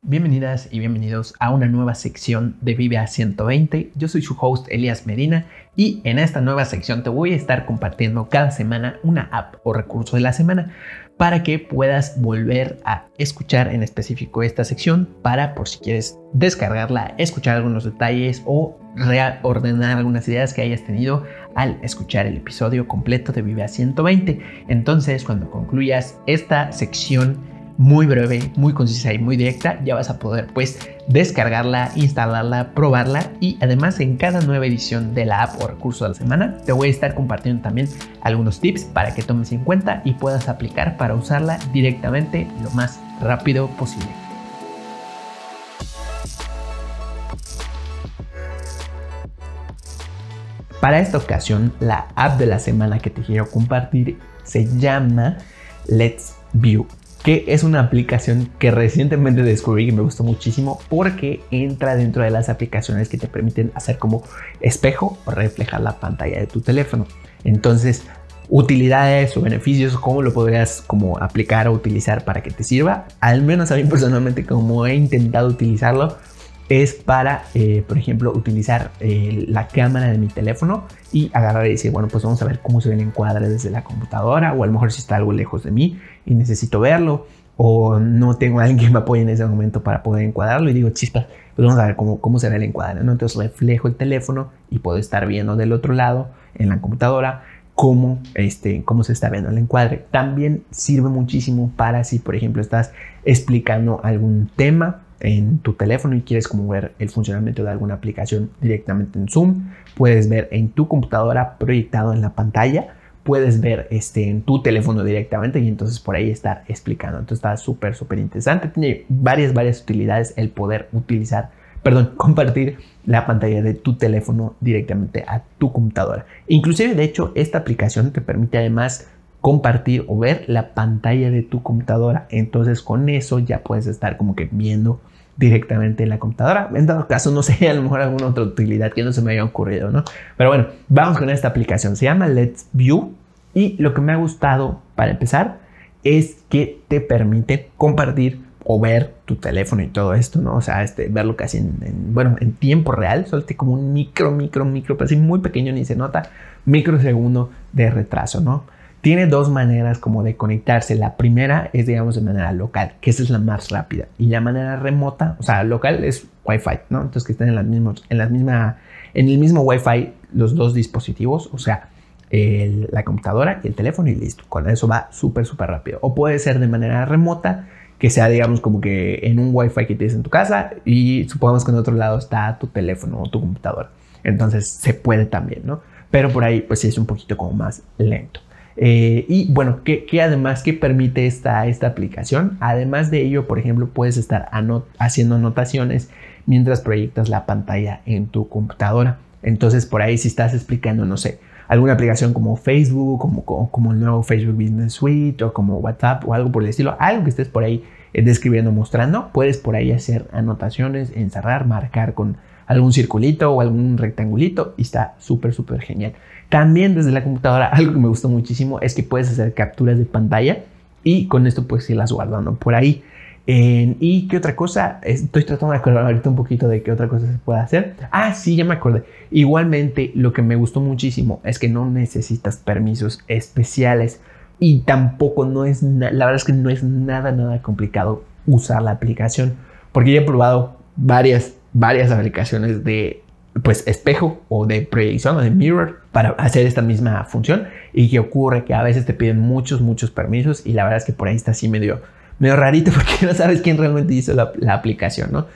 Bienvenidas y bienvenidos a una nueva sección de Vive a 120. Yo soy su host Elías Medina y en esta nueva sección te voy a estar compartiendo cada semana una app o recurso de la semana para que puedas volver a escuchar en específico esta sección para por si quieres descargarla, escuchar algunos detalles o reordenar algunas ideas que hayas tenido al escuchar el episodio completo de Vive a 120. Entonces, cuando concluyas esta sección muy breve, muy concisa y muy directa, ya vas a poder descargarla, instalarla, probarla y además en cada nueva edición de la app o recurso de la semana te voy a estar compartiendo también algunos tips para que tomes en cuenta y puedas aplicar para usarla directamente lo más rápido posible. Para esta ocasión, la app de la semana que te quiero compartir se llama Let's View, que es una aplicación que recientemente descubrí y me gustó muchísimo porque entra dentro de las aplicaciones que te permiten hacer como espejo o reflejar la pantalla de tu teléfono. Entonces, utilidades o beneficios, cómo lo podrías como aplicar o utilizar para que te sirva. Al menos a mí personalmente, como he intentado utilizarlo, es para, por ejemplo, utilizar la cámara de mi teléfono y agarrar y decir, bueno, pues vamos a ver cómo se ve el encuadre desde la computadora, o a lo mejor si está algo lejos de mí y necesito verlo, o no tengo a alguien que me apoye en ese momento para poder encuadrarlo y digo, chispas, pues vamos a ver cómo se ve el encuadre, ¿no? Entonces reflejo el teléfono y puedo estar viendo del otro lado en la computadora cómo se está viendo el encuadre. También sirve muchísimo para si, por ejemplo, estás explicando algún tema en tu teléfono y quieres como ver el funcionamiento de alguna aplicación directamente en Zoom, puedes ver en tu computadora proyectado en la pantalla, puedes ver en tu teléfono directamente y entonces por ahí estar explicando. Entonces está súper interesante, tiene varias utilidades el poder compartir la pantalla de tu teléfono directamente a tu computadora. Inclusive, de hecho, esta aplicación te permite además compartir o ver la pantalla de tu computadora. Entonces con eso ya puedes estar como que viendo directamente en la computadora. En dado caso, no sé, a lo mejor alguna otra utilidad que no se me haya ocurrido, ¿no? Pero bueno, vamos con esta aplicación. Se llama Let's View y lo que me ha gustado para empezar es que te permite compartir o ver tu teléfono y todo esto, ¿no? O sea, verlo casi en tiempo real, solo como un micro, pero así muy pequeño, ni se nota, microsegundo de retraso, ¿no? Tiene dos maneras como de conectarse. La primera es, digamos, de manera local, que esa es la más rápida. Y la manera remota, o sea, local es Wi-Fi, ¿no? Entonces que estén en el mismo Wi-Fi los dos dispositivos, o sea, la computadora y el teléfono y listo. Con eso va súper rápido. O puede ser de manera remota, que sea, digamos, como que en un Wi-Fi que tienes en tu casa y supongamos que en otro lado está tu teléfono o tu computadora. Entonces se puede también, ¿no? Pero por ahí, pues sí es un poquito como más lento. Y bueno, ¿qué permite esta aplicación? Además de ello, por ejemplo, puedes estar haciendo anotaciones mientras proyectas la pantalla en tu computadora. Entonces, por ahí si estás explicando, no sé, alguna aplicación como Facebook, como el nuevo Facebook Business Suite o como WhatsApp o algo por el estilo, algo que estés por ahí describiendo, mostrando, puedes por ahí hacer anotaciones, encerrar, marcar con algún circulito o algún rectangulito y está súper genial. También desde la computadora, algo que me gustó muchísimo es que puedes hacer capturas de pantalla y con esto puedes irlas guardando por ahí. ¿Y qué otra cosa? Estoy tratando de acordar ahorita un poquito de qué otra cosa se puede hacer. Sí, ya me acordé. Igualmente, lo que me gustó muchísimo es que no necesitas permisos especiales y tampoco la verdad es que no es nada complicado usar la aplicación, porque ya he probado varias aplicaciones de espejo o de proyección o de mirror para hacer esta misma función. Y que ocurre que a veces te piden muchos permisos y la verdad es que por ahí está así medio rarito porque no sabes quién realmente hizo la aplicación, ¿no?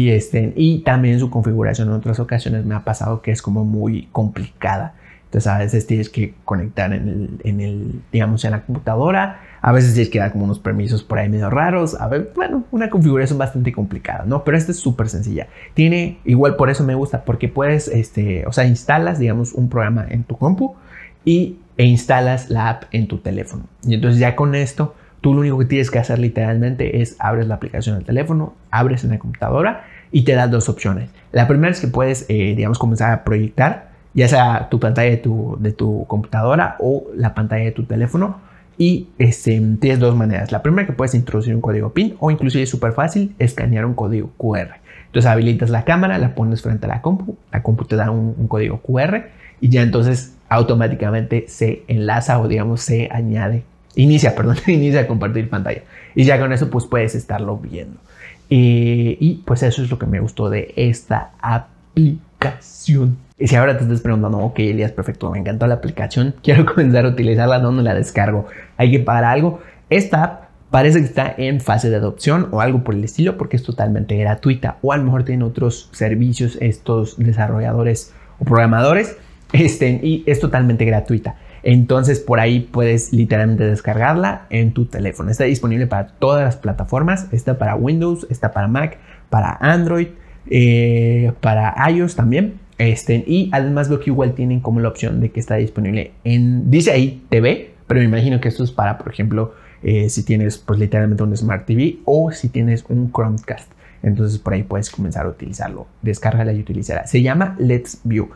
Y también su configuración en otras ocasiones me ha pasado que es como muy complicada. Entonces a veces tienes que conectar digamos, en la computadora. A veces tienes que dar como unos permisos por ahí medio raros. Una configuración bastante complicada, ¿no? Pero esta es súper sencilla. Igual por eso me gusta, porque puedes, instalas, digamos, un programa en tu compu e instalas la app en tu teléfono. Y entonces ya con esto, tú lo único que tienes que hacer literalmente es abres la aplicación del teléfono, abres en la computadora y te da dos opciones. La primera es que puedes, digamos, comenzar a proyectar, ya sea tu pantalla de tu computadora o la pantalla de tu teléfono Y tienes dos maneras. La primera, que puedes introducir un código PIN, o inclusive es súper fácil escanear un código QR. Entonces habilitas la cámara, la pones frente a la compu te da un código QR y ya entonces automáticamente se enlaza o digamos se añade, inicia a compartir pantalla. Y ya con eso pues puedes estarlo viendo. Y pues eso es lo que me gustó de esta aplicación. Y si ahora te estás preguntando, ok, Elías, perfecto, me encantó la aplicación, quiero comenzar a utilizarla, ¿dónde la descargo? ¿Hay que pagar algo? Esta app parece que está en fase de adopción o algo por el estilo, porque es totalmente gratuita, o a lo mejor tienen otros servicios estos desarrolladores o programadores, y es totalmente gratuita. Entonces por ahí puedes literalmente descargarla en tu teléfono. Está disponible para todas las plataformas, está para Windows, está para Mac, para Android, para iOS también. Y además veo que igual tienen como la opción de que está disponible dice ahí TV, pero me imagino que esto es para, por ejemplo, si tienes pues literalmente un Smart TV o si tienes un Chromecast. Entonces por ahí puedes comenzar a utilizarlo. Descárgala y utilízala. Se llama Let's View.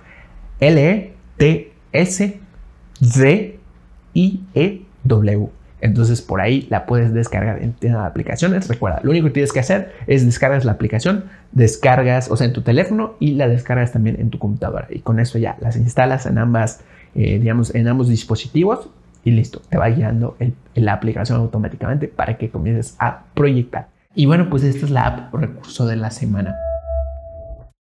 LETSVIEW. Entonces por ahí la puedes descargar en tienda de aplicaciones. Recuerda, lo único que tienes que hacer es descargas la aplicación, en tu teléfono y la descargas también en tu computadora. Y con eso ya las instalas en ambos dispositivos y listo, te va guiando la aplicación automáticamente para que comiences a proyectar. Y bueno, pues esta es la app o recurso de la semana.